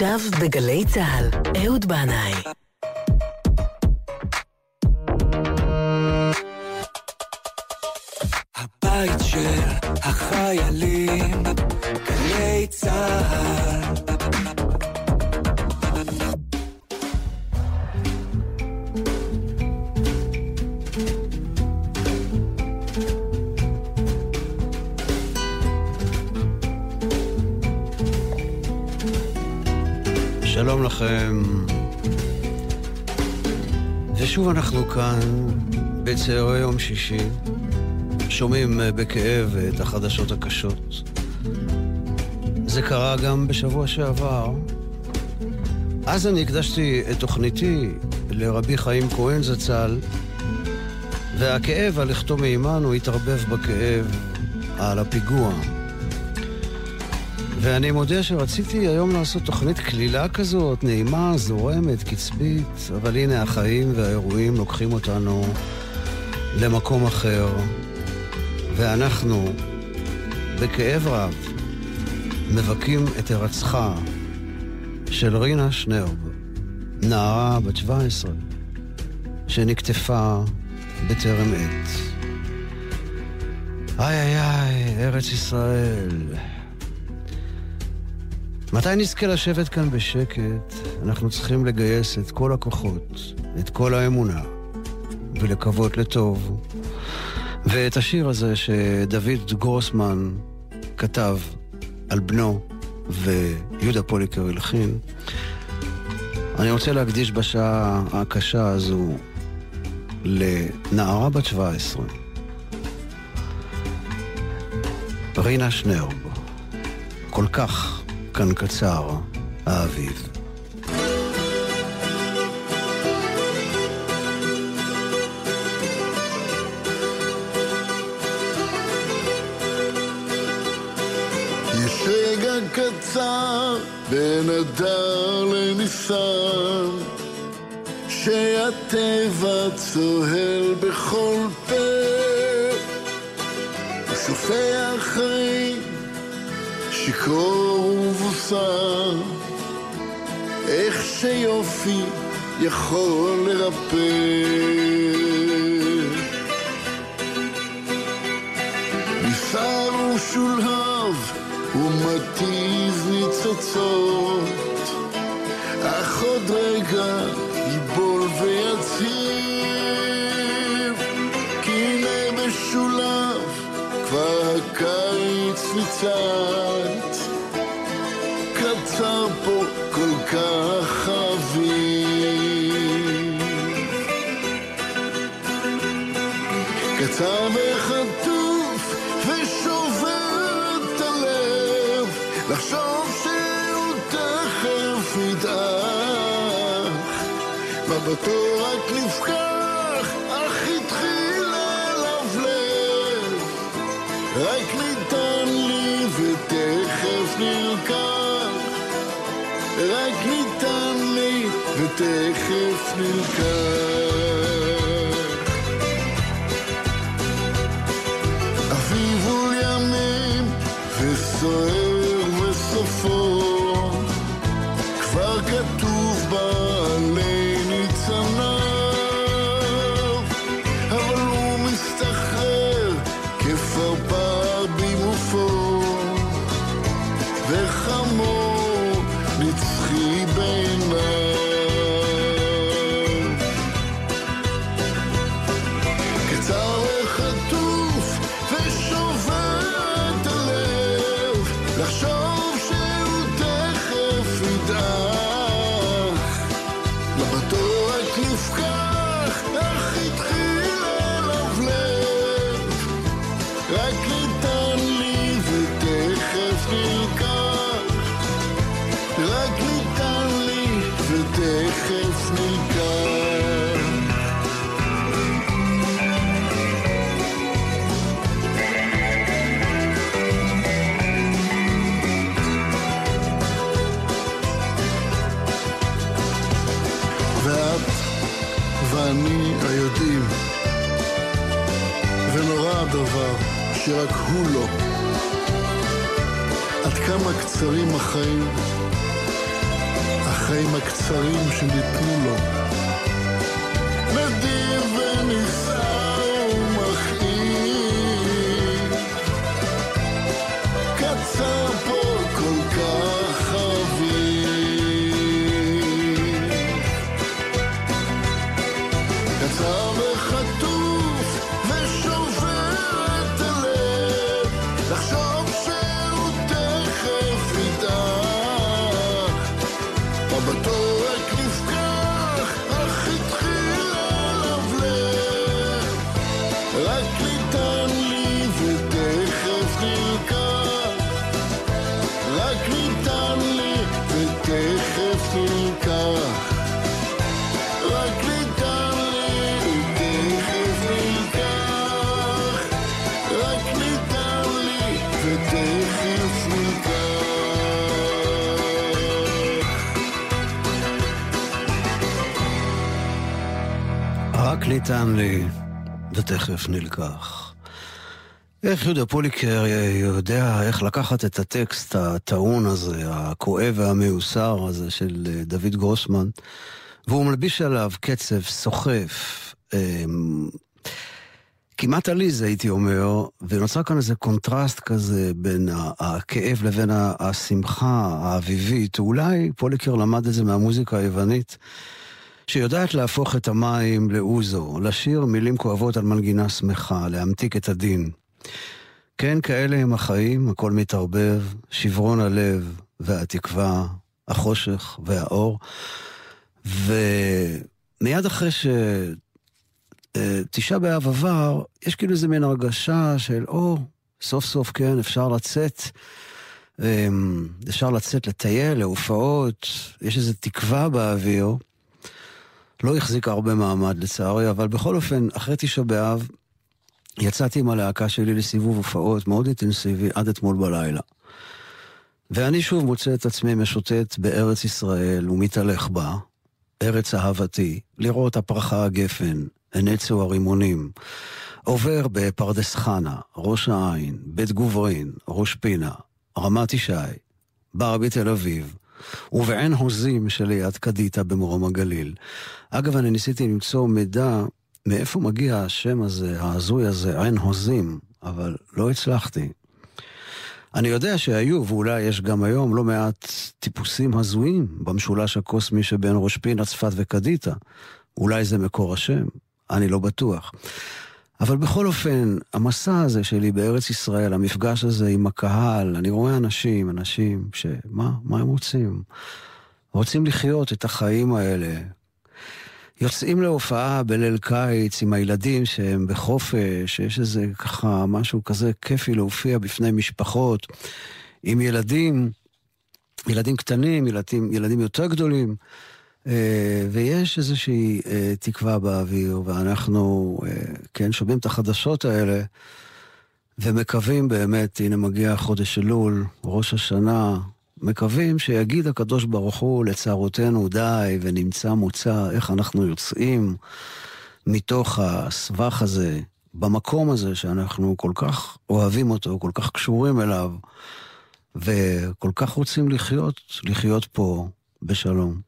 עכשיו בגלי צהל, אהוד בנאי. הבית של החיילים, גלי צהל. שלום לכם, ושוב אנחנו כאן בצהרי יום שישי, שומעים בכאב את החדשות הקשות. זה קרה גם בשבוע שעבר. אז אני הקדשתי את תוכניתי לרבי חיים כהן זצ"ל, והכאב על לכתו מימן הוא התערבב בכאב על הפיגוע. ואני מודה שרציתי היום לעשות תוכנית כלילה כזאת, נעימה, זורמת, קצבית, אבל הנה החיים והאירועים לוקחים אותנו למקום אחר, ואנחנו בכאב רב מבכים את הרצחה של רינה שנרב, נערה בת 17 שנקטפה בטרם עת. איי איי איי, ארץ ישראל. מתי נזכה לשבת כאן בשקט? אנחנו צריכים לגייס את כל הכוחות, את כל האמונה, ולקוות לטוב. ואת השיר הזה שדוד גרוסמן כתב על בנו ויהודה פוליקר הלחין, אני רוצה להקדיש בשעה הקשה הזו לנערה בת 17, רינה שנרב. כל כך כאן קצר האביב. יש רגע קצר בין אדר לניסן, שהטבע צוהל בכל פה, הוא שופע חיים שיקור ובוסר, איך שיופי יכול לרפא. ניסר ושולהב ומטיב ניצוצות, אך עוד רגע ייבול ויציב, כי הנה בשולהב כבר הקיץ ניצת, קצר פה כל כך אביב, קצר וחטוף ושובר את הלב, לחשוב שהוא תכף ידעך, מבטו רק נפקח, אך התחיל אליו לב, רק ניתן לי ותכף נלקח, רק ניתן לי ותכף נלקח. אביב מול ימים וסוער וסופו, כבר כתוב בעלי ניצניו, אבל הוא מסתחרר כפרפר במופו, וחמור נצחי בעיניו. קצר וחטוף ושובר את הלב, לחשוב שהוא תכף ידעך, מבטו רק נפקח, אך התחיל אליו לב, רק ניתן לי ותכף נלקח, רק ניתן לי ותכף נלקח. ואת ואני היודעים, ונורא הדבר שרק הוא לא, עד כמה קצרים החיים, החיים הקצרים שניתנו לו. נדיב ונישא ומכאיב, קצר פה כל כך חביב, קצר וחטוף ושובר את הלב, לחשוב שהוא תכף ידע, מבטו רק נפקח, אך התחיל עליו לב, רק ניתן לי ותכף נלקח, רק ניתן לי ותכף נלקח, רק ניתן לי ותכף נלקח, רק ניתן לי ותכף נלקח. רק ניתן לי ותכף נלקח. איך יהודה פוליקר יודע איך לקחת את הטקסט הטעון הזה, הכואב והמיוסר הזה של דוד גרוסמן, והוא מלביש עליו קצב סוחף, כמעט עליז הייתי אומר, ונוצר כאן איזה קונטרסט כזה בין הכאב לבין השמחה האביבית. אולי פוליקר למד את זה מהמוזיקה היוונית, שיודעת להפוך את המים לאוזו, לשיר מילים כואבות על מנגינה שמחה, להמתיק את הדין. כן, כאלה הם החיים, הכל מתערבב, שברון הלב והתקווה, החושך והאור. ומיד אחרי שתשעה באב עבר, יש כאילו איזה מין הרגשה של, סוף סוף כן, אפשר לצאת לטייל, להופעות, יש איזו תקווה באוויר. לא החזיק הרבה מעמד לצערי, אבל בכל אופן, אחרי תשעה באב, יצאתי עם הלהקה שלי לסיבוב הופעות מאוד אינטנסיבי עד אתמול בלילה. ואני שוב מוצא את עצמי משוטט בארץ ישראל ומתהלך בה, ארץ אהבתי, לראות הפרחה הגפן, הנצו הרימונים, עובר בפרדס חנה, ראש העין, בית גוברין, ראש פינה, רמת ישי, בר בתל אביב, ובעין הוזים שליד קדיטה במרום הגליל. אגב, אני ניסיתי למצוא מידע מאיפה מגיע השם הזה, העזוי הזה, עין הוזים, אבל לא הצלחתי. אני יודע שהיו, ואולי יש גם היום, לא מעט טיפוסים הזויים במשולש הקוסמי שבין ראש פינה, צפת וקדיטה. אולי זה מקור השם, אני לא בטוח. אבל בכל אופן, המסע הזה שלי בארץ ישראל, המפגש הזה עם הקהל, אני רואה אנשים מה הם רוצים? רוצים לחיות את החיים האלה. יוצאים להופעה בליל קיץ עם הילדים שהם בחופש, יש איזה ככה משהו כזה כיפי להופיע בפני משפחות, עם ילדים קטנים, ילדים יותר גדולים, ויש איזושהי תקווה באוויר, ואנחנו כן שומעים את החדשות האלה, ומקווים באמת, הנה מגיע חודש אלול, ראש השנה, מקווים שיגיד הקדוש ברוך הוא לצערותינו די, ונמצא מוצא איך אנחנו יוצאים מתוך הסבך הזה, במקום הזה שאנחנו כל כך אוהבים אותו, כל כך קשורים אליו, וכל כך רוצים לחיות פה בשלום.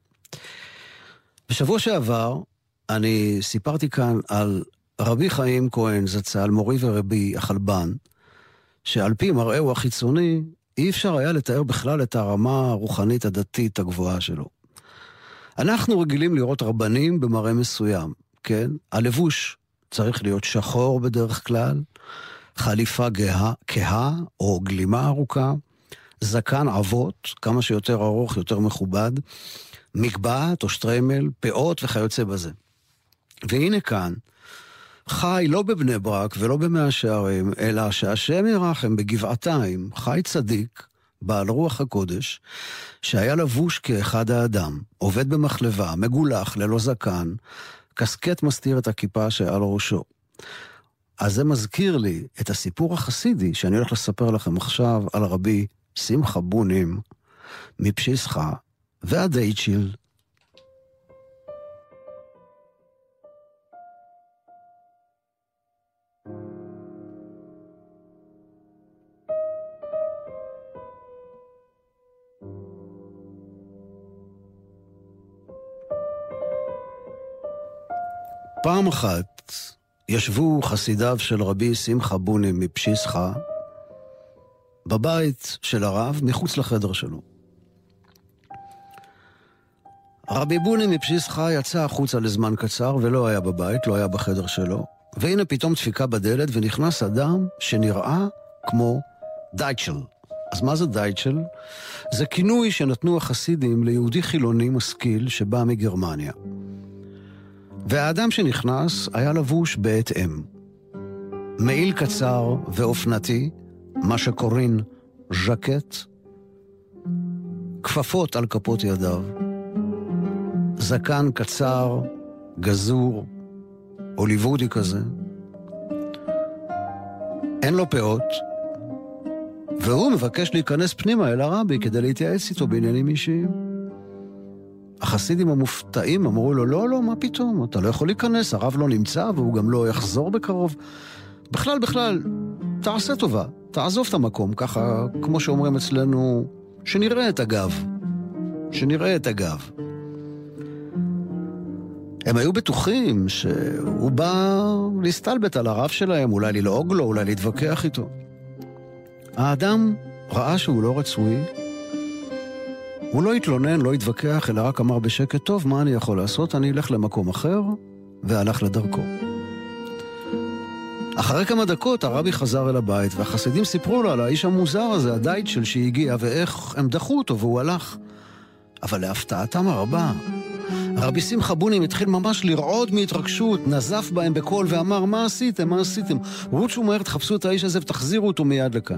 בשבוע שעבר אני סיפרתי כאן על רבי חיים כהן זצ"ל, מורי ורבי החלבן, שעל פי מראהו החיצוני אי אפשר היה לתאר בכלל את הרמה הרוחנית הדתית הגבוהה שלו. אנחנו רגילים לראות רבנים במראה מסוים, כן? הלבוש צריך להיות שחור בדרך כלל, חליפה כהה או גלימה ארוכה, זקן עבות, כמה שיותר ארוך יותר מכובד, מגבעת או שטריימל, פאות וכיוצא בזה. והנה כאן, חי לא בבני ברק ולא במאה שערים, אלא שהשם ירחם בגבעתיים, חי צדיק, בעל רוח הקודש, שהיה לבוש כאחד האדם, עובד במחלבה, מגולח, ללא זקן, קסקט מסתיר את הכיפה שעל ראשו. אז זה מזכיר לי את הסיפור החסידי, שאני הולך לספר לכם עכשיו על רבי שמחה בונים, מפשיסחה, והדייצ'יל. פעם אחת ישבו חסידיו של רבי שמחה בוני מפשיסחה בבית של הרב מחוץ לחדר שלו. הרבי בוני מפשיסחה יצא החוצה לזמן קצר ולא היה בבית, לא היה בחדר שלו, והנה פתאום דפיקה בדלת ונכנס אדם שנראה כמו דייטשל. אז מה זה דייטשל? זה כינוי שנתנו החסידים ליהודי חילוני משכיל שבא מגרמניה. והאדם שנכנס היה לבוש בהתאם. מעיל קצר ואופנתי, מה שקוראים ז'קט, כפפות על כפות ידיו, זקן קצר, גזור, הוליוודי כזה. אין לו פאות, והוא מבקש להיכנס פנימה אל הרבי כדי להתייעץ איתו בעניינים אישיים. החסידים המופתעים אמרו לו, לא, מה פתאום? אתה לא יכול להיכנס, הרב לא נמצא והוא גם לא יחזור בקרוב. בכלל, תעשה טובה, תעזוב את המקום, ככה, כמו שאומרים אצלנו, שנראה את הגב. הם היו בטוחים שהוא בא להסתלבט על הרב שלהם, אולי ללעוג לו, אולי להתווכח איתו. האדם ראה שהוא לא רצוי, הוא לא התלונן, לא התווכח, אלא רק אמר בשקט, טוב, מה אני יכול לעשות? אני אלך למקום אחר, והלך לדרכו. אחרי כמה דקות הרבי חזר אל הבית, והחסידים סיפרו לו על האיש המוזר הזה, הדייטשל שהגיע, ואיך הם דחו אותו והוא הלך. אבל להפתעתם הרבה, הרבי שמחה בוני התחיל ממש לרעוד מהתרגשות, נזף בהם בקול ואמר, מה עשיתם? רוצו מהר, תחפשו את האיש הזה ותחזירו אותו מיד לכאן.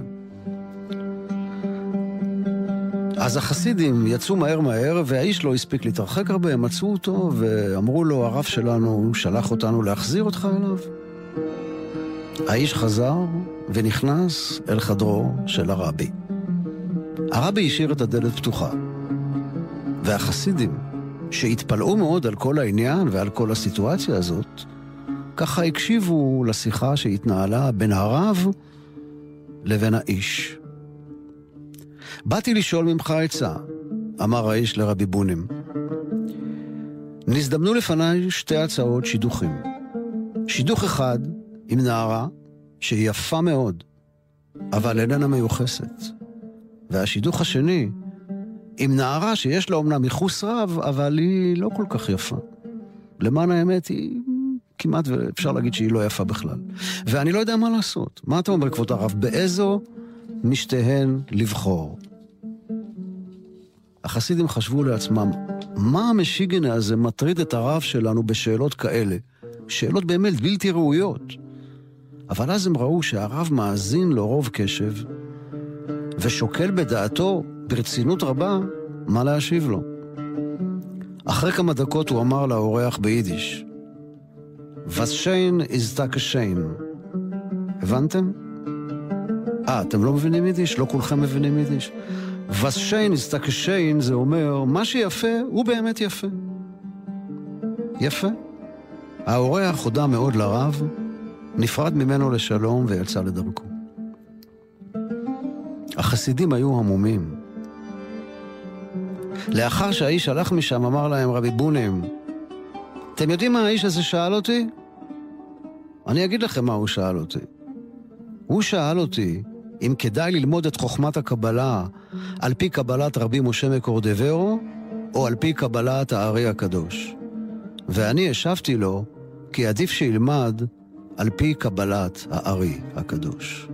אז החסידים יצאו מהר, והאיש לא הספיק להתרחק הרבה, הם מצאו אותו ואמרו לו, הרב שלנו שלח אותנו להחזיר אותך אליו. האיש חזר ונכנס אל חדרו של הרבי. הרבי השאיר את הדלת פתוחה, והחסידים שהתפלאו מאוד על כל העניין ועל כל הסיטואציה הזאת, ככה הקשיבו לשיחה שהתנהלה בין הרב לבין האיש. באתי לשאול ממך עצה, אמר האיש לרבי בונים. נזדמנו לפניי שתי הצעות שידוכים. שידוך אחד עם נערה שהיא יפה מאוד, אבל איננה מיוחסת. והשידוך השני עם נערה שיש לה אומנם ייחוס רב, אבל היא לא כל כך יפה. למען האמת היא כמעט ואפשר להגיד שהיא לא יפה בכלל. ואני לא יודע מה לעשות. מה אתה אומר, כבוד הרב? באיזו משתיהן לבחור? החסידים חשבו לעצמם, מה המשיגן הזה מטריד את הרב שלנו בשאלות כאלה? שאלות באמת בלתי ראויות. אבל אז הם ראו שהרב מאזין לו רוב קשב, ושוקל בדעתו ברצינות רבה מה להשיב לו. אחרי כמה דקות הוא אמר לאורח ביידיש, Was schön ist da geschehen. הבנתם? אתם לא מבינים יידיש? לא כולכם מבינים יידיש? Was schön ist da geschehen זה אומר, מה שיפה הוא באמת יפה. יפה. האורח הודה מאוד לרב, נפרד ממנו לשלום ויצא לדרכו. החסידים היו המומים. לאחר שהאיש הלך משם אמר להם רבי בונים, אתם יודעים מה האיש הזה שאל אותי? אני אגיד לכם מה הוא שאל אותי. הוא שאל אותי אם כדאי ללמוד את חוכמת הקבלה על פי קבלת רבי משה מקורדברו או על פי קבלת הארי הקדוש. ואני השבתי לו כי עדיף שילמד על פי קבלת הארי הקדוש.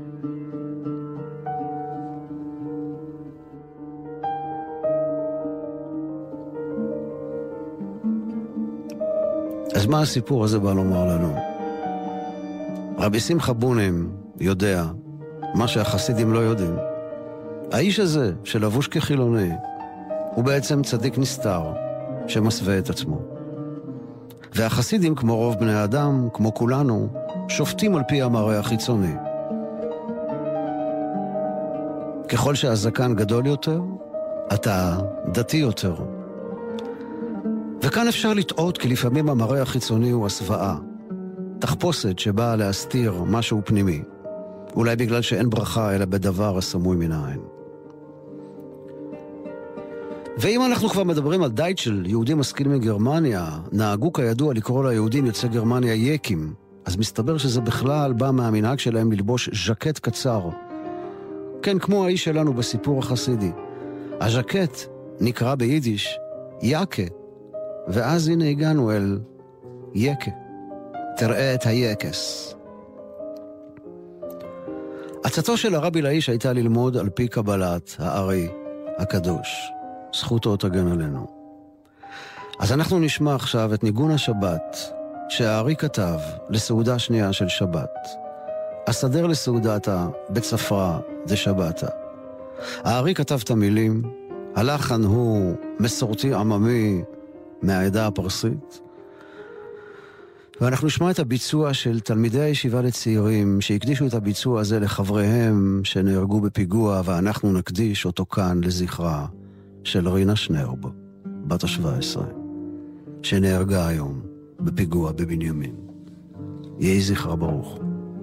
אז מה הסיפור הזה בא לומר לנו? רבי שמחה בונים יודע מה שהחסידים לא יודעים. האיש הזה שלבוש כחילוני הוא בעצם צדיק נסתר שמסווה את עצמו. והחסידים כמו רוב בני האדם, כמו כולנו, שופטים על פי המראה החיצוני. ככל שהזקן גדול יותר, אתה דתי יותר. וכאן אפשר לטעות כי לפעמים המראה החיצוני הוא הסוואה. תחפושת שבאה להסתיר משהו פנימי. אולי בגלל שאין ברכה אלא בדבר הסמוי מן העין. ואם אנחנו כבר מדברים על דייטשל, יהודים משכילים מגרמניה, נהגו כידוע לקרוא ליהודים יוצאי גרמניה יקים, אז מסתבר שזה בכלל בא מהמנהג שלהם ללבוש ז'קט קצר. כן, כמו האיש שלנו בסיפור החסידי. הז'קט נקרא ביידיש יקה, ואז הנה הגענו אל יקה. תראה את היקס. עצתו של הרבי לאיש הייתה ללמוד על פי קבלת הארי הקדוש. זכותו תגן עלינו. אז אנחנו נשמע עכשיו את ניגון השבת שהארי כתב לסעודה שנייה של שבת. אסדר לסעודתה בצפרה דשבתה. הארי כתב את המילים, הלחן הוא מסורתי עממי מהעדה הפרסית, ואנחנו נשמע את הביצוע של תלמידי הישיבה לצעירים שהקדישו את הביצוע הזה לחבריהם שנהרגו בפיגוע, ואנחנו נקדיש אותו כאן לזכרה של רינה שנרב, בת ה-17, שנהרגה היום בפיגוע בבנימין. יהי זכרה ברוך.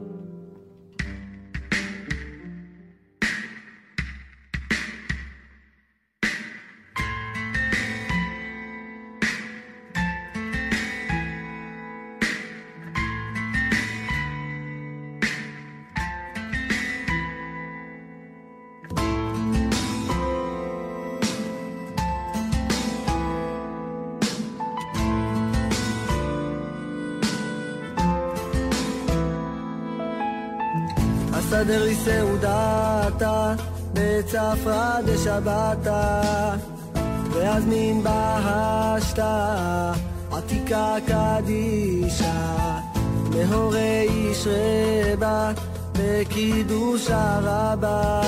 סדר לי סעודתה בצפרה דשבתה, ואז מן בהשתה עתיקה קדישה, מהורי איש רבה בקידוש הרבה,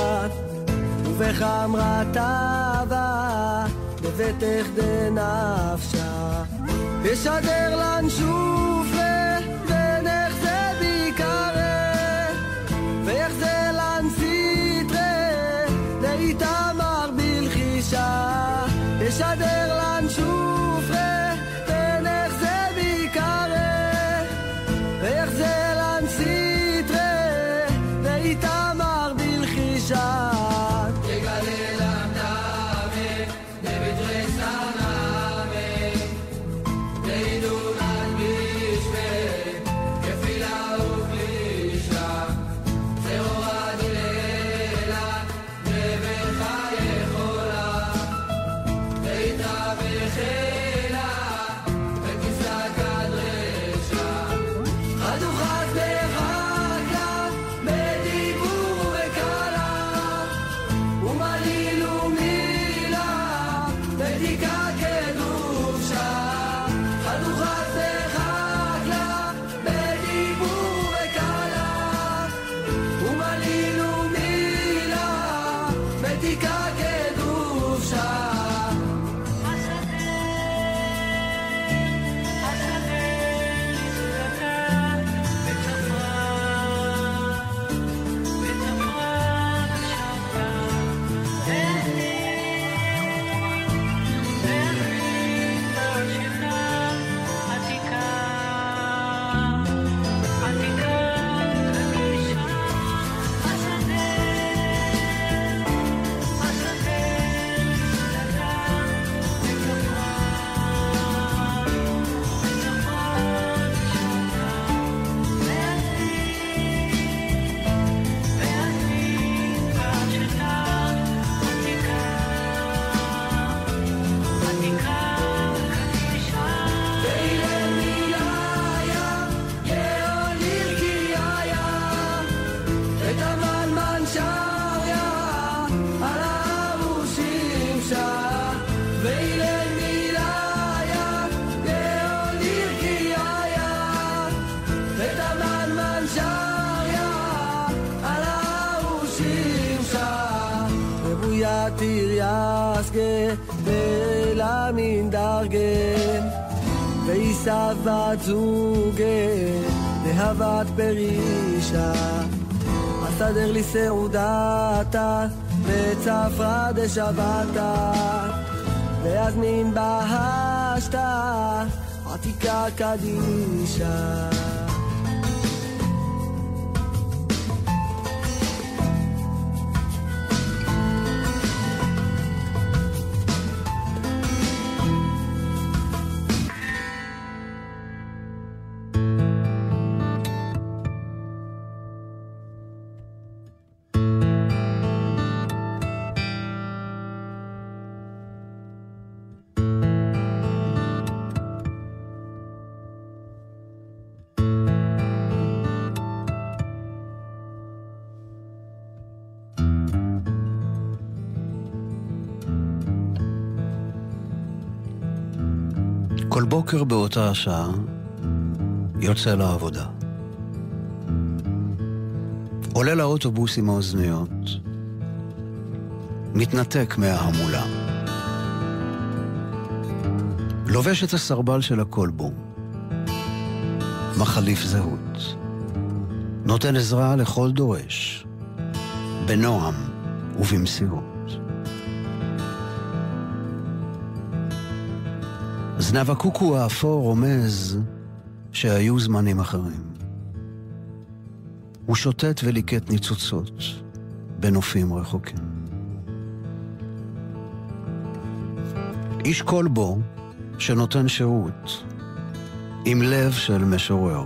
ובחמרתה בה בבטח דנפשה, ישדר לנשוף ונחזה ביקרה, ויחזה לנסיטרה לאיתמר בלחישה, ישדר לנשוף ונחזה ביקרה, ויחזה לנסיטרה לאיתמר בלחישה, יגלה למדמה דבדרי סנמה לעידון על בשווה כפילה ופלישה, זהורה דלילה נבחה יכולה ואיתה בחילה וכיסה כדרשה, חדוכת בחקלה בדיבור ובקלה, ומליל ומילה בדיקה כדושה, חדוכת בחקלה בדיבור ובקלה, ומליל ומילה בדיקה כדושה. תיריאסגה ואלה מן דרגה ואיסף בת זוגה להבת פרישה, אסדר לי סעודתה בצפרה דשבתה, ואז מן בהשתה עתיקה קדישה. כל בוקר באותה השעה יוצא לעבודה. עולה לאוטובוס עם האוזניות, מתנתק מההמולה. לובש את הסרבל של הקולבו, מחליף זהות, נותן עזרה לכל דורש, בנועם ובמסירות. זנב הקוקו האפור רומז שהיו זמנים אחרים. הוא שוטט וליקט ניצוצות בנופים רחוקים. איש קולבו שנותן שירות עם לב של משורר.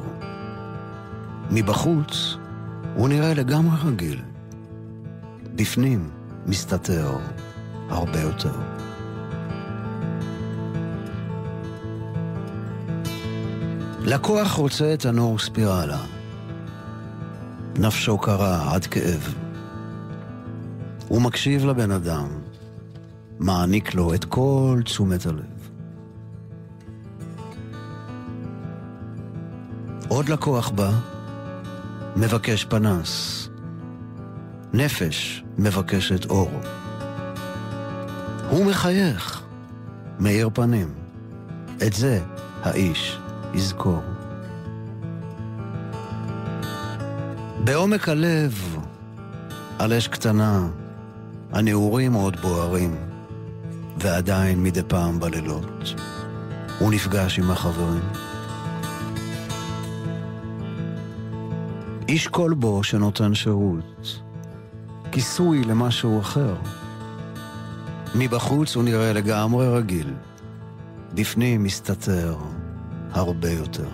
מבחוץ הוא נראה לגמרי רגיל. בפנים מסתתר הרבה יותר. לקוח רוצה את הנור ספירלה. נפשו קרה עד כאב. הוא מקשיב לבן אדם, מעניק לו את כל תשומת הלב. עוד לקוח בא, מבקש פנס. נפש מבקשת אור. הוא מחייך, מאיר פנים. את זה האיש יזכור. בעומק הלב, על אש קטנה, הנעורים עוד בוערים, ועדיין מדי פעם בלילות, הוא נפגש עם החברים. איש קולבו שנותן שירות, כיסוי למשהו אחר. מבחוץ הוא נראה לגמרי רגיל, בפנים מסתתר הרבה יותר.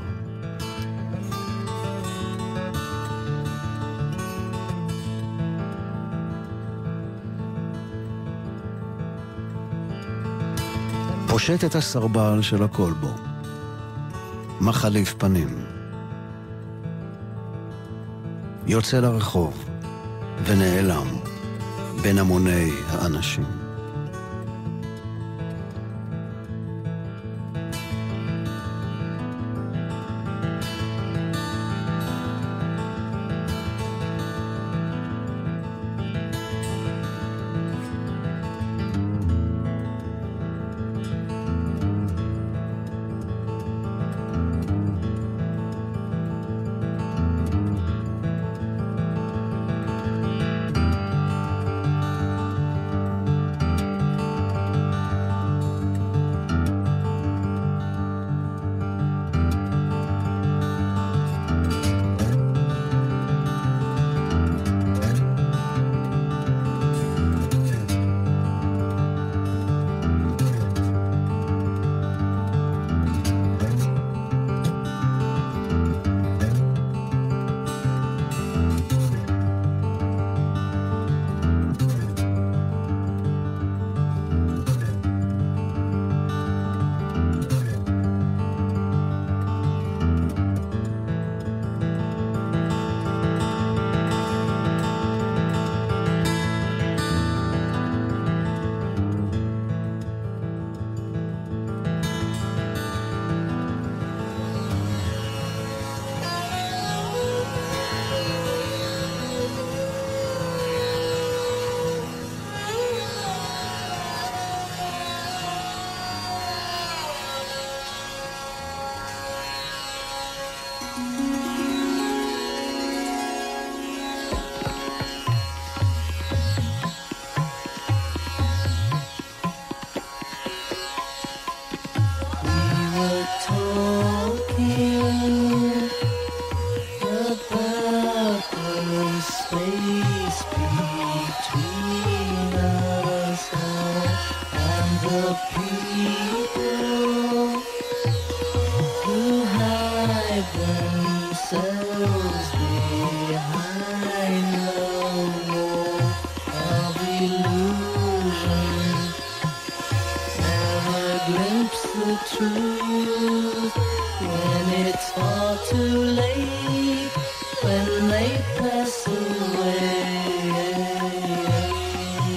פושט את הסרבל של הקולבו, מחליף פנים. יוצא לרחוב ונעלם בין המוני האנשים.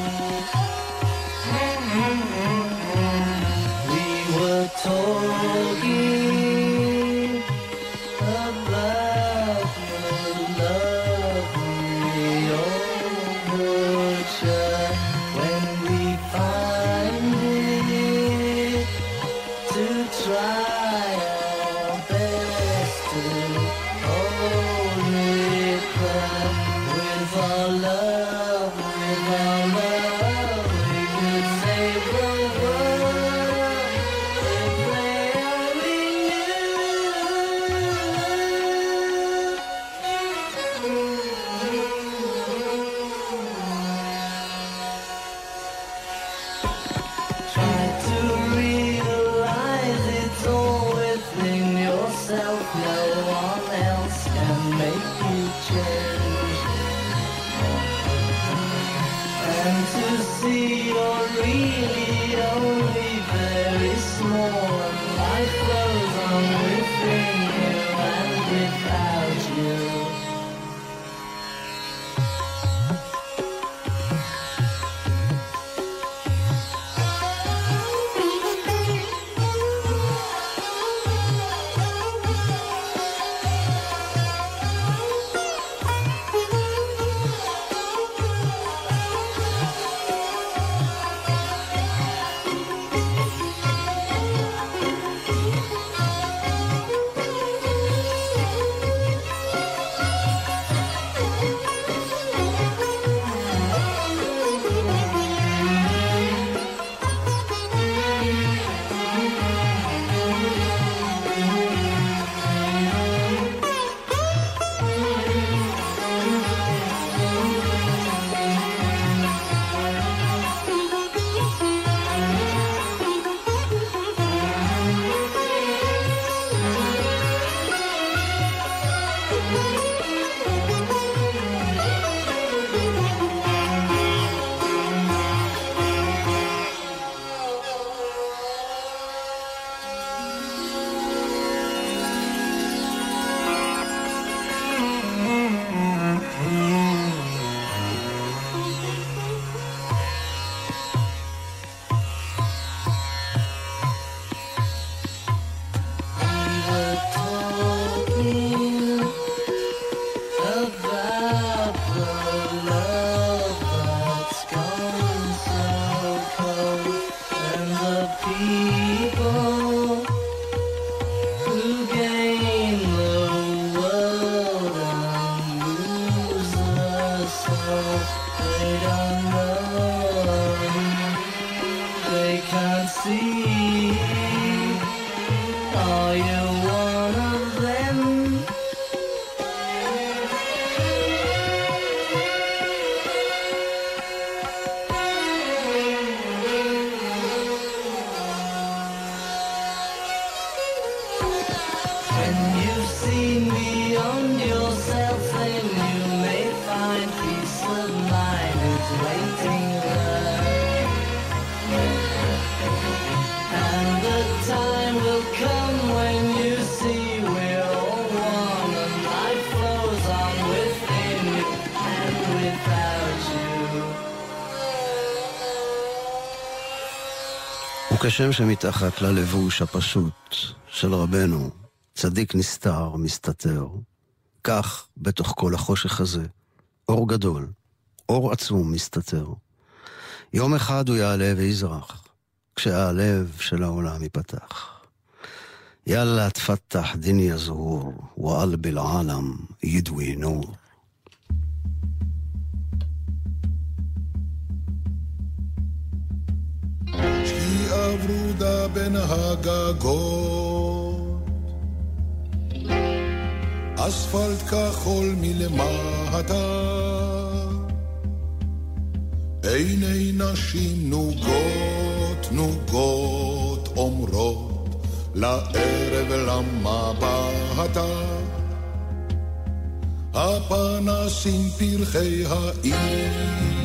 told people who gain the world and lose the soul. They don't know, they can't see. Are you one of them? When you've seen beyond yourself, then you may find peace of mind is waiting there. And the time will come when you see we're all one, and life flows on within you and without you. וכשם שמתחת ללבוש הפשוט של רבנו, צדיק נסתר, מסתתר, כך בתוך כל החושך הזה, אור גדול, אור עצום מסתתר. יום אחד הוא יעלה ויזרח, כשהלב של העולם ייפתח. יאללה תפתח דניה זהור, וqalbi العالم ידווי נור. שקיעה ורודה בין הגגות, אספלט כחול מלמטה, עיני נשים נוגות נוגות אומרות לערב למבטה, הפנסים פרחי העיר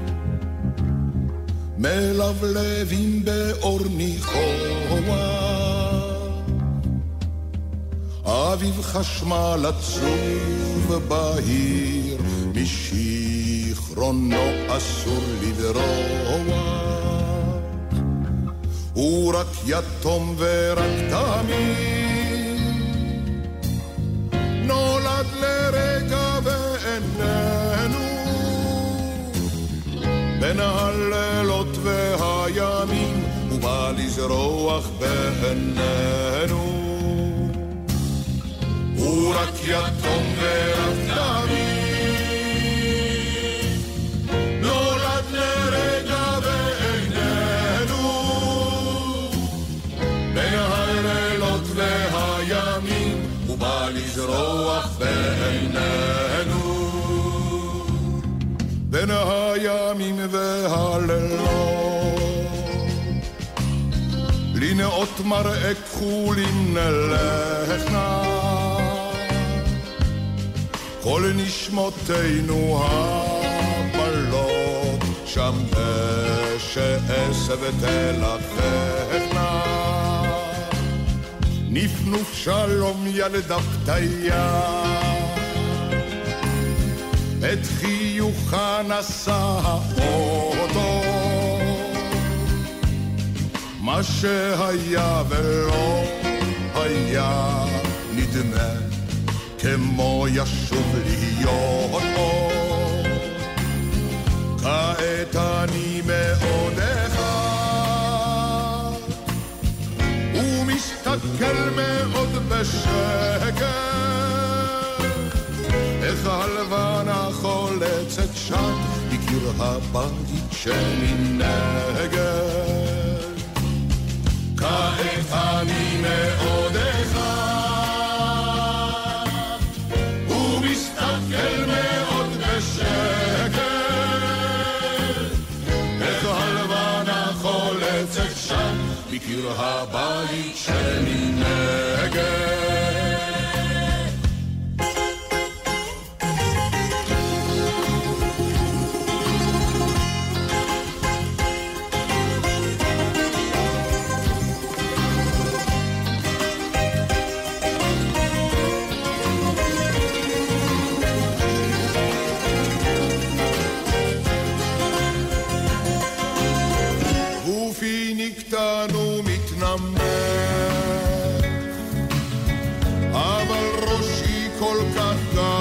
מלבלבים באור ניחוח, אביב חשמל עצוב בהיר, משיכרונו אסור לברוח, הוא רק יתום ורק תמיד, נולד לרגע ואיננו, בין הלילות והימים, הוא בא לזרוח בעינינו, הוא רק יתום ורק תמיד, נולד לרגע ואיננו, בין הלילות והימים, הוא בא לזרוח בעינינו, בין הימים והלילות, לנאות מראה כחולים נלכנה, כל נשמותינו הפלות, שם שעשב תלכנה, נפנוף שלום ילדה פתיה, את חיוכה נשא האוטו, מה שהיה ולא היה נדמה כמו ישוב להיות עוד, כעת אני מאוד אחד ומסתכל מאוד בשקט, איך הלבנה חולצת שם בקיר הבית שמנגד, כעת אני מאוד אחד ומסתכל מאוד בשקט, איך הלבנה חולצת שם בקיר הבית שמנגד. נקטנו מתנמך, אבל ראשי כל כך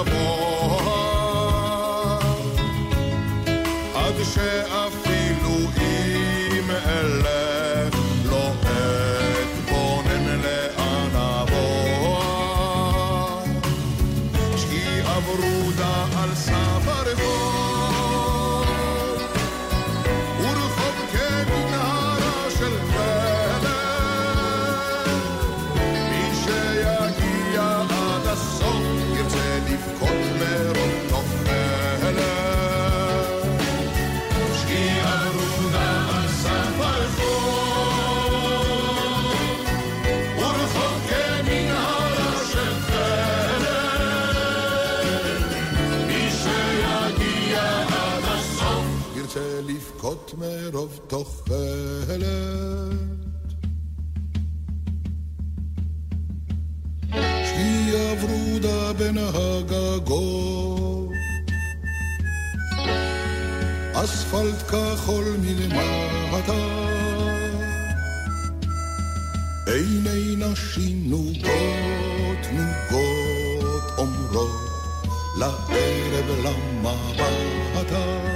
גבוה, עד שאפילו אם אלך לא יהודה בין הגגות, אספלט כחול מלמטה, עיני נשים נוגות נוגות אומרות לערב למה באת.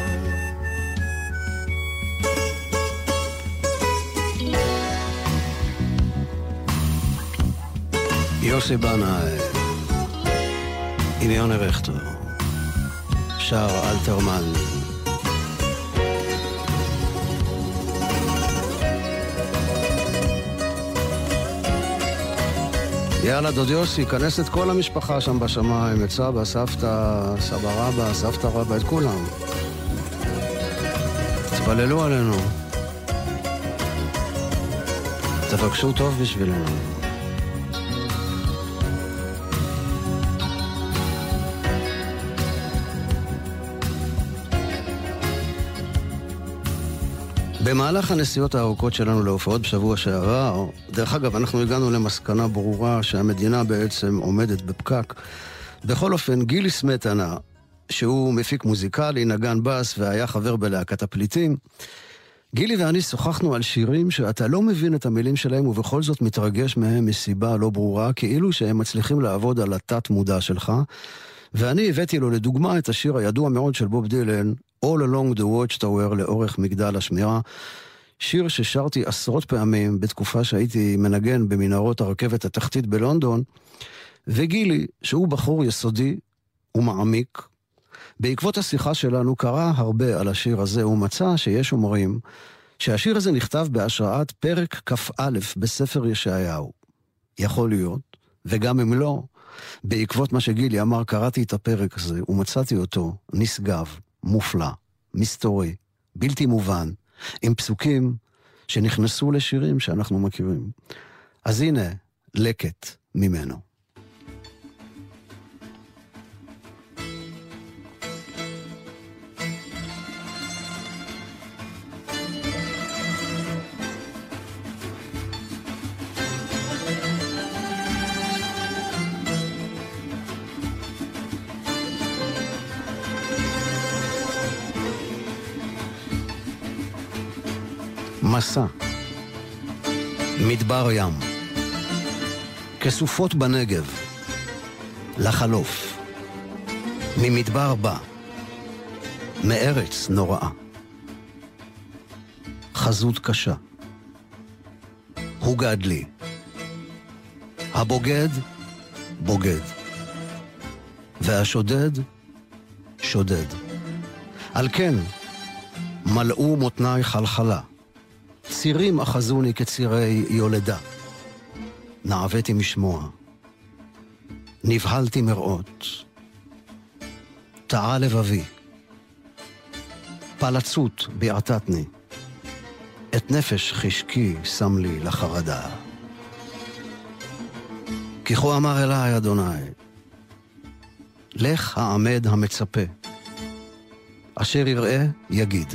יוסי בנאי עם יוני רכטר שר אלתרמן. יאללה דוד יוסי, כנס את כל המשפחה שם בשמיים, את סבא, סבתא, סבא רבא, סבתא רבא, את כולם. תתפללו עלינו, תבקשו טוב בשבילנו. במהלך הנסיעות הארוכות שלנו להופעות בשבוע שעבר, דרך אגב, אנחנו הגענו למסקנה ברורה שהמדינה בעצם עומדת בפקק. בכל אופן, גילי סמטנה, שהוא מפיק מוזיקלי, נגן בס והיה חבר בלהקת הפליטים, גילי ואני שוחחנו על שירים שאתה לא מבין את המילים שלהם ובכל זאת מתרגש מהם מסיבה לא ברורה, כאילו שהם מצליחים לעבוד על התת מודע שלך. ואני הבאתי לו לדוגמה את השיר הידוע מאוד של בוב דילן, All Along the Watchtower, לאורך מגדל השמירה, שיר ששרתי עשרות פעמים בתקופה שהייתי מנגן במנהרות הרכבת התחתית בלונדון, וגילי, שהוא בחור יסודי ומעמיק, בעקבות השיחה שלנו קרא הרבה על השיר הזה, ומצא שיש אומרים שהשיר הזה נכתב בהשראת פרק כ"א בספר ישעיהו. יכול להיות, וגם אם לא, בעקבות מה שגילי אמר, קראתי את הפרק הזה ומצאתי אותו נשגב, מופלא, מסתורי, בלתי מובן, עם פסוקים שנכנסו לשירים שאנחנו מכירים. אז הנה, לקט ממנו. מסע, מדבר ים, כסופות בנגב, לחלוף, ממדבר בא, מארץ נוראה, חזות קשה, הוגד לי, הבוגד, בוגד, והשודד, שודד. על כן, מלאו מותניי חלחלה, צירים אחזוני כצירי יולדה. נעוויתי משמוע, נבהלתי מראות, טעה לבבי, פלצות ביעטתני, את נפש חשקי שם לי לחרדה. כי כה אמר אליי אדוני, לך העמד המצפה, אשר יראה יגיד.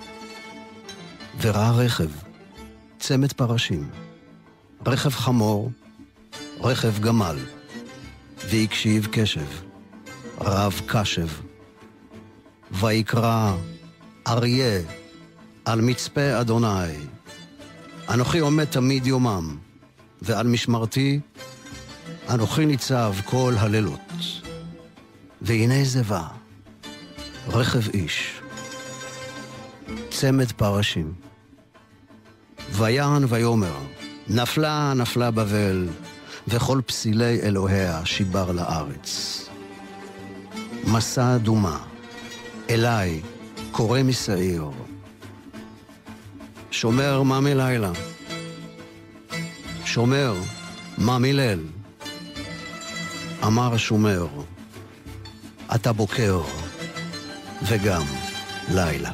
וראה רכב, צמד פרשים, רכב חמור, רכב גמל, והקשיב קשב, רב קשב, ויקרא אריה על מצפה אדוני, אנוכי עומד תמיד יומם, ועל משמרתי אנוכי ניצב כל הלילות. והנה זבה, רכב איש, צמד פרשים, ויען ויומר, נפלה נפלה בבל, וכל פסילי אלוהיה שיבר לארץ. מסע אדומה, אליי קורא מסעיר, שומר מה מלילה, שומר מה מליל, אמר שומר, אתה בוקר וגם לילה.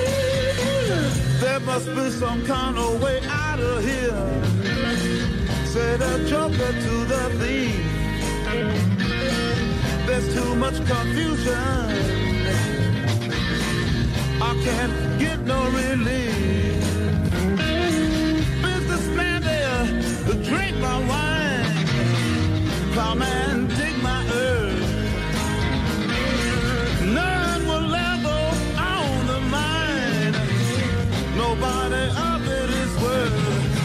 Must be some kind of way out of here. Say the joker to the thief. There's too much confusion. I can't get no relief. Businessman there, drink my wine. Plowman, dig my earth. None will level on the mine. Nobody of it is worth.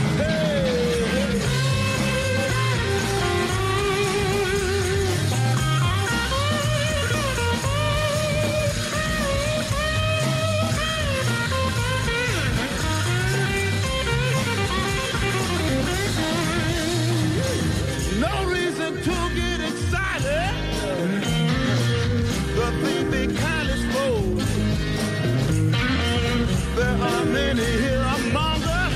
Many here among us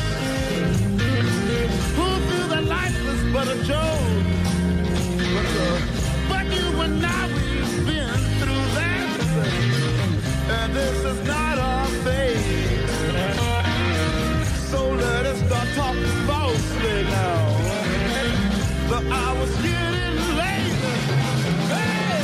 who feel that life is but a joke. But you and I, we've been through that, and this is not our fate. So let us start talking falsely now. The hour's getting late. Hey!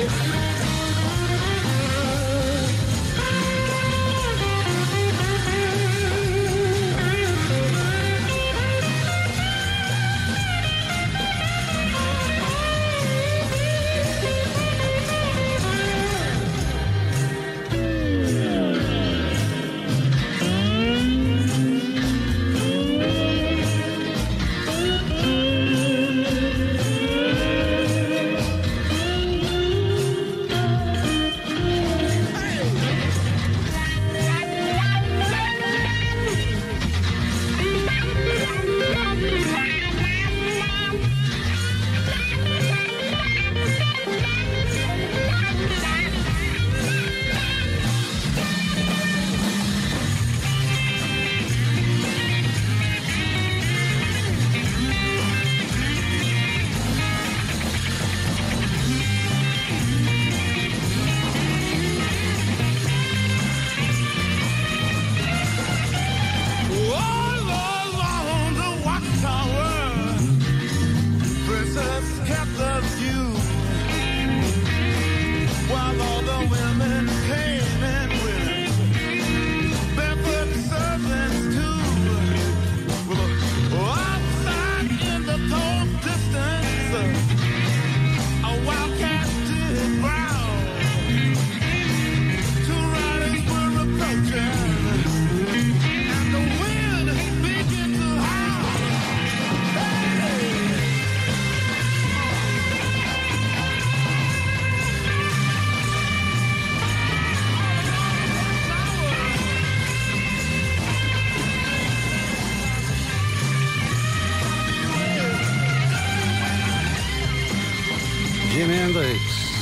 ג'ימי הנדריקס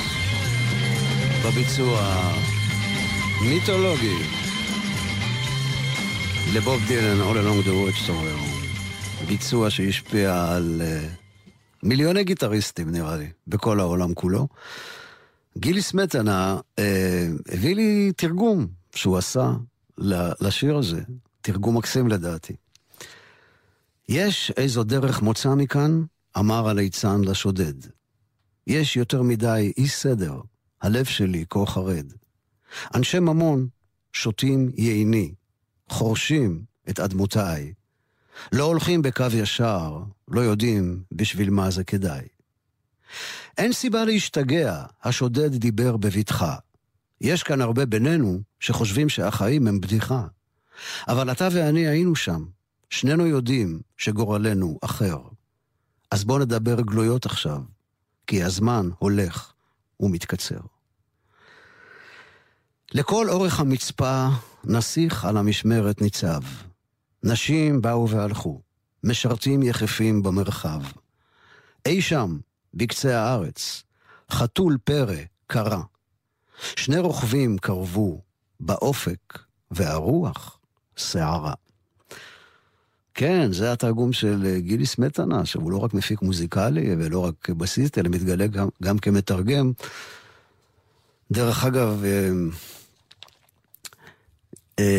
בביצוע מיתולוגי לבוב דילן All Along the Watchtower, ביצוע שהשפיע על מיליוני גיטריסטים נראה לי בכל העולם כולו. גילי סמטנה הביא לי תרגום שהוא עשה לשיר הזה, תרגום מקסים לדעתי. יש איזו דרך מוצא מכאן, אמר הליצן לשודד. יש יותר מדי אי סדר, הלב שלי כה חרד. אנשי ממון שותים ייני, חורשים את אדמותיי. לא הולכים בקו ישר, לא יודעים בשביל מה זה כדאי. אין סיבה להשתגע, השודד דיבר בביטחה. יש כאן הרבה בינינו שחושבים שהחיים הם בדיחה. אבל אתה ואני היינו שם, שנינו יודעים שגורלנו אחר. אז בוא נדבר גלויות עכשיו, כי הזמן הולך ומתקצר. לכל אורך המצפה נסיך על המשמרת ניצב. נשים באו והלכו, משרתים יחפים במרחב. אי שם, בקצה הארץ, חתול פרא קרה. שני רוכבים קרבו באופק, והרוח שערה. כן, זה התרגום של גילי סמטנה, שהוא לא רק מפיק מוזיקלי ולא רק בסיסט, אלא מתגלה גם כמתרגם. דרך אגב,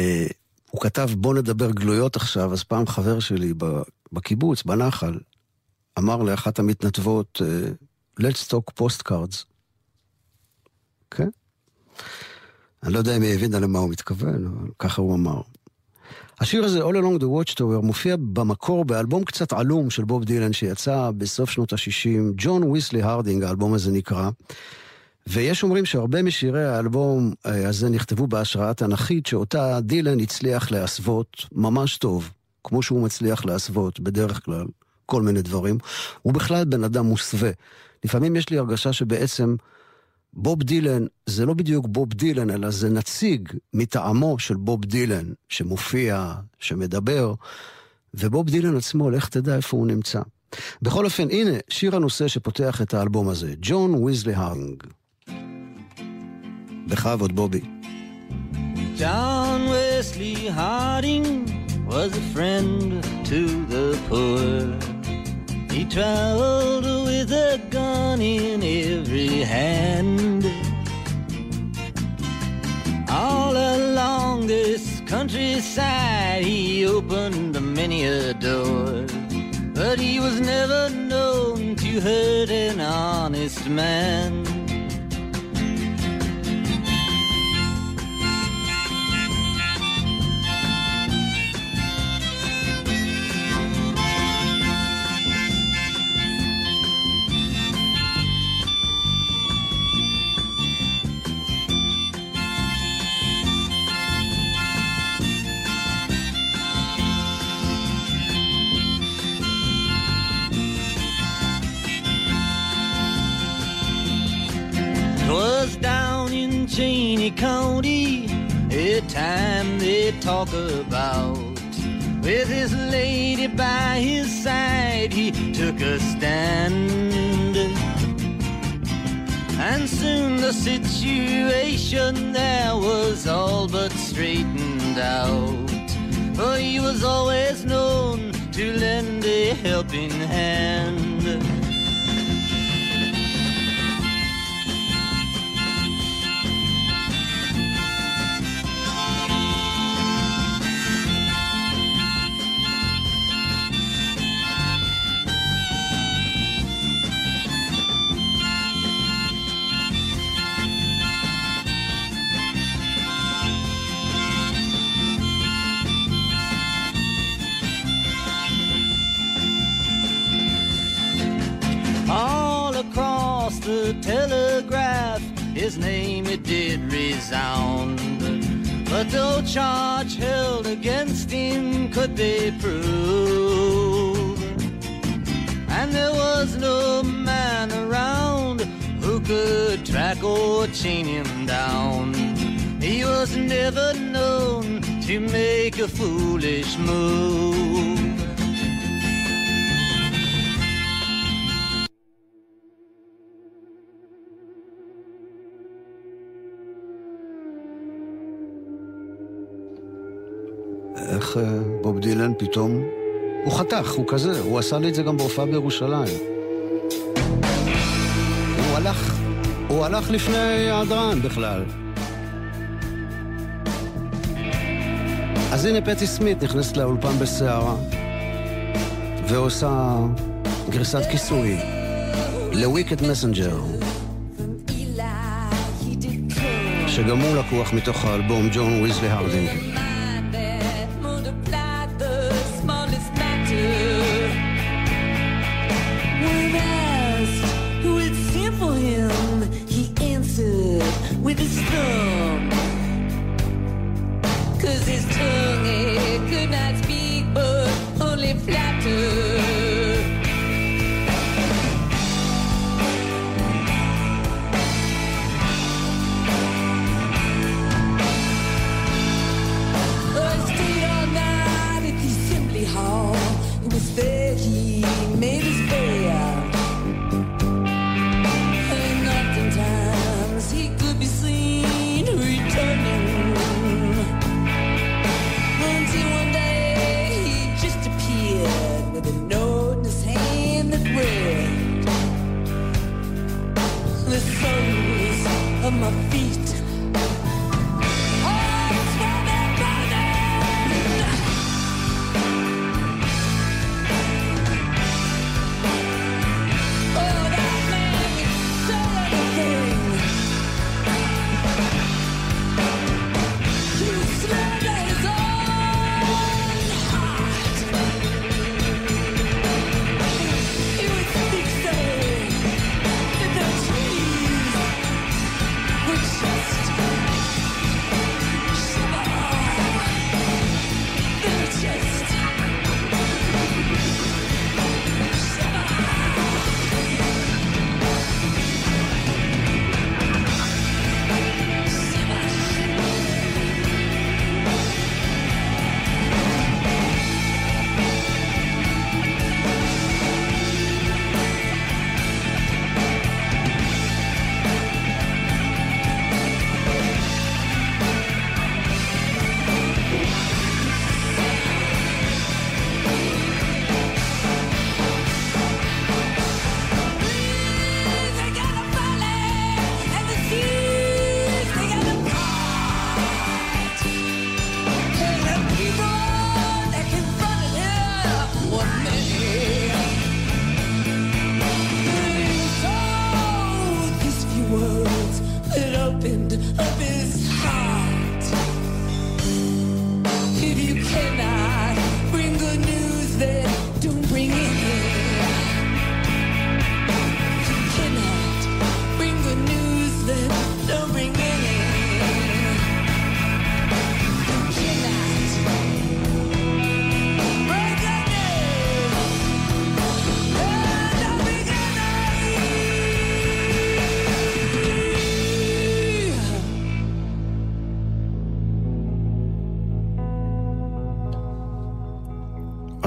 הוא כתב בוא נדבר גלויות עכשיו, אז פעם חבר שלי בקיבוץ, בנחל, אמר לאחת המתנדבות, let's talk postcards. כן? אני לא יודע אם היא הבינה למה הוא מתכוון, אבל ככה הוא אמר. השיר הזה, All Along the Watchtower, מופיע במקור באלבום קצת עלום של בוב דילן, שיצא בסוף שנות ה-60, ג'ון ויסלי הרדינג, האלבום הזה נקרא, ויש אומרים שהרבה משירי האלבום הזה נכתבו בהשראת תנכית, שאותה דילן הצליח להסוות ממש טוב, כמו שהוא מצליח להסוות בדרך כלל, כל מיני דברים. הוא בכלל בן אדם מוסווה. לפעמים יש לי הרגשה שבעצם בוב דילן זה לא בדיוק בוב דילן, אלא זה נציג מטעמו של בוב דילן, שמופיע, שמדבר, ובוב דילן עצמו, לך תדע איפה הוא נמצא. בכל אופן, הנה, שיר הנושא שפותח את האלבום הזה, ג'ון ויסלי הרדינג. בכבוד, בובי. John Wesley Harding was a friend to the poor. He traveled with a gun in every hand. All along this countryside he opened many a door. But he was never known to hurt an honest man. Was down in Cheney County, a time they talk about. With his lady by his side, he took a stand. And soon the situation there was all but straightened out. For he was always known to lend a helping hand. All across the telegraph, his name it did resound. But no charge held against him could they prove. And there was no man around who could track or chain him down. He was never known to make a foolish move. איך בוב דילן פתאום, הוא חתך, הוא כזה, הוא עשה לי את זה גם בהופעה בירושלים. הוא הלך לפני הדרן בכלל. אז הנה פטי סמית נכנסת לאולפן בסערה, ועושה גרסת כיסוי לוויקד מסנג'ר, שגם הוא לקוח מתוך האלבום ג'ון ויסלי הרדינג. With his thumb, 'cause his tongue it could not speak but only flatter. I stayed all night at the assembly hall. It was there he made his bed. And oftentimes he could be seen returning.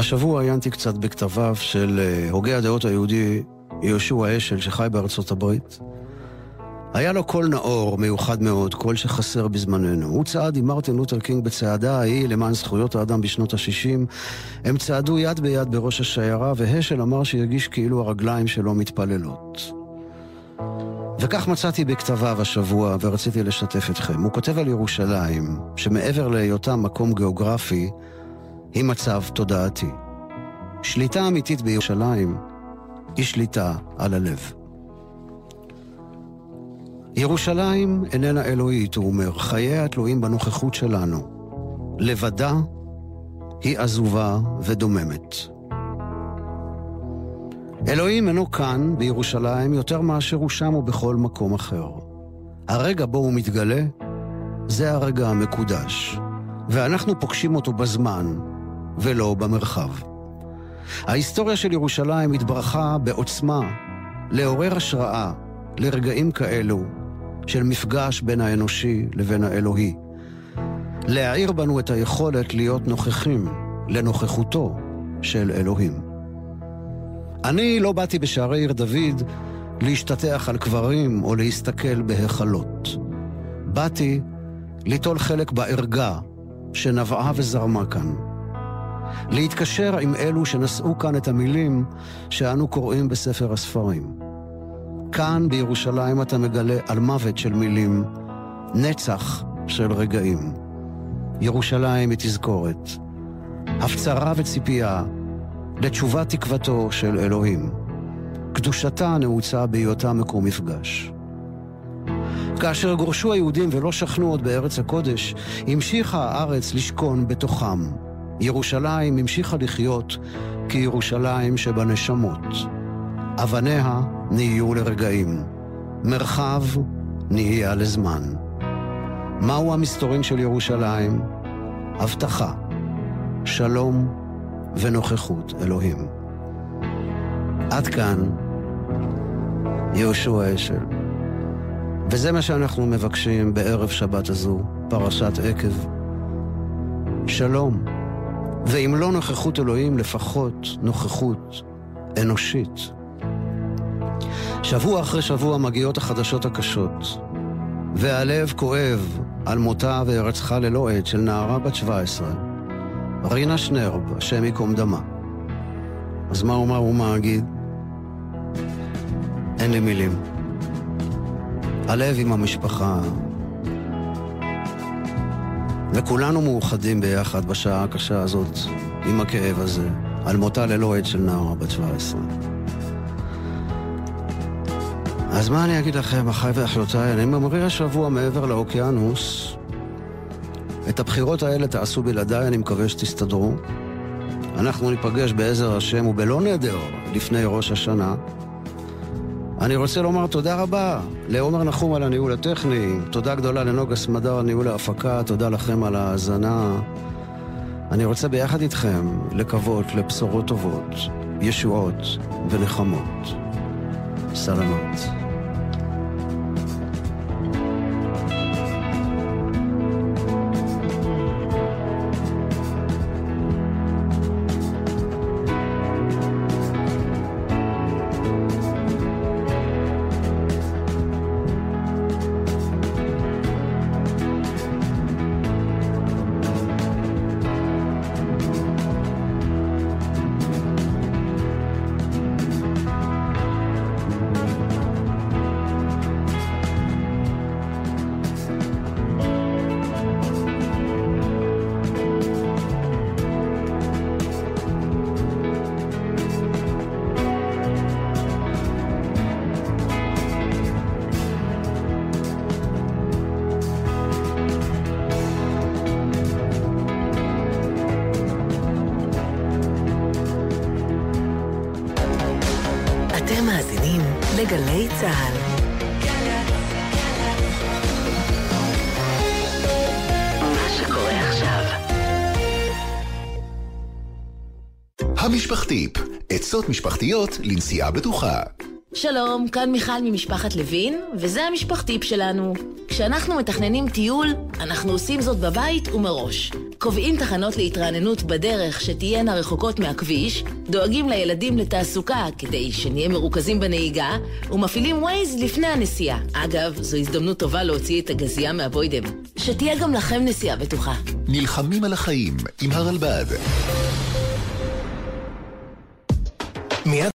השבוע עיינתי קצת בכתביו של הוגה הדעות היהודי יהושע אשל שחי בארצות הברית. היה לו קול נאור מיוחד מאוד, קול שחסר בזמננו. הוא צעד עם מרטין לותר קינג בצעדה ההיא למען זכויות האדם בשנות ה-60. הם צעדו יד ביד בראש השיירה, והשל אמר שירגיש כאילו הרגליים שלו מתפללות. וכך מצאתי בכתביו השבוע ורציתי לשתף אתכם. הוא כותב על ירושלים, שמעבר להיותה מקום גיאוגרפי, היא מצב תודעתי. שליטה אמיתית בירושלים היא שליטה על הלב. ירושלים איננה אלוהית, הוא אומר, חייה תלויים בנוכחות שלנו. לבדה היא עזובה ודוממת. אלוהים אינו כאן בירושלים יותר מאשר הוא שם ובכל מקום אחר. הרגע בו הוא מתגלה, זה הרגע המקודש, ואנחנו פוגשים אותו בזמן ולא במרחב. ההיסטוריה של ירושלים התברכה בעוצמה לעורר השראה לרגעים כאלו של מפגש בין האנושי לבין האלוהי. להעיר בנו את היכולת להיות נוכחים לנוכחותו של אלוהים. אני לא באתי בשערי עיר דוד להשתטח על קברים או להסתכל בהיכלות. באתי ליטול חלק בערגה שנבעה וזרמה כאן. להתקשר עם אלו שנשאו כאן את המילים שאנו קוראים בספר הספרים. כאן בירושלים אתה מגלה על מוות של מילים, נצח של רגעים. ירושלים היא תזכורת, הפצרה וציפייה לתשובת תקוותו של אלוהים. קדושתה נעוצה בהיותה מקום מפגש. כאשר גורשו היהודים ולא שכנו עוד בארץ הקודש, המשיכה הארץ לשכון בתוכם. ירושלים המשיכה לחיות כירושלים שבנשמות. אבניה נהיו לרגעים, מרחב נהיה לזמן. מהו המסתורין של ירושלים? הבטחה, שלום ונוכחות אלוהים. עד כאן יהושע אשל. וזה מה שאנחנו מבקשים בערב שבת הזו, פרשת עקב. שלום, ואם לא נוכחות אלוהים, לפחות נוכחות אנושית. שבוע אחרי שבוע מגיעות החדשות הקשות, והלב כואב על מותה והרצחה ללא עת של נערה בת 17, רינה שנרב, השם יקום דמה. אז מה אומר ומה אגיד? אין לי מילים. הלב עם המשפחה, וכולנו מאוחדים ביחד בשעה הקשה הזאת עם הכאב הזה על מותה ללא עת של נערה בת 17. אז מה אני אגיד לכם, אחיי ואחיותיי? אני ממריא השבוע מעבר לאוקיינוס. את הבחירות האלה תעשו בלעדיי, אני מקווה שתסתדרו. אנחנו ניפגש בעזר השם ובלא נדר לפני ראש השנה. אני רוצה לומר תודה רבה לעומר נחום על הניהול הטכני, תודה גדולה לנוגה סמדר על ניהול ההפקה, תודה לכם על ההאזנה. אני רוצה ביחד איתכם לקוות לבשורות טובות, ישועות ונחמות. סלמת. אתם מאזינים לגלי צהל. מה שקורה עכשיו. המשפחתיפ, עצות משפחתיות לנסיעה בטוחה. שלום, כאן מיכל ממשפחת לוין, וזה המשפחתיפ שלנו. כשאנחנו מתכננים טיול, אנחנו עושים זאת בבית ומראש. קובעים תחנות להתרעננות בדרך שתהיינה רחוקות מהכביש, דואגים לילדים לתעסוקה כדי שנהיה מרוכזים בנהיגה, ומפעילים ווייז לפני הנסיעה. אגב, זו הזדמנות טובה להוציא את הגזייה מהבוידם. שתהיה גם לכם נסיעה בטוחה. נלחמים על החיים עם הרלב"ד.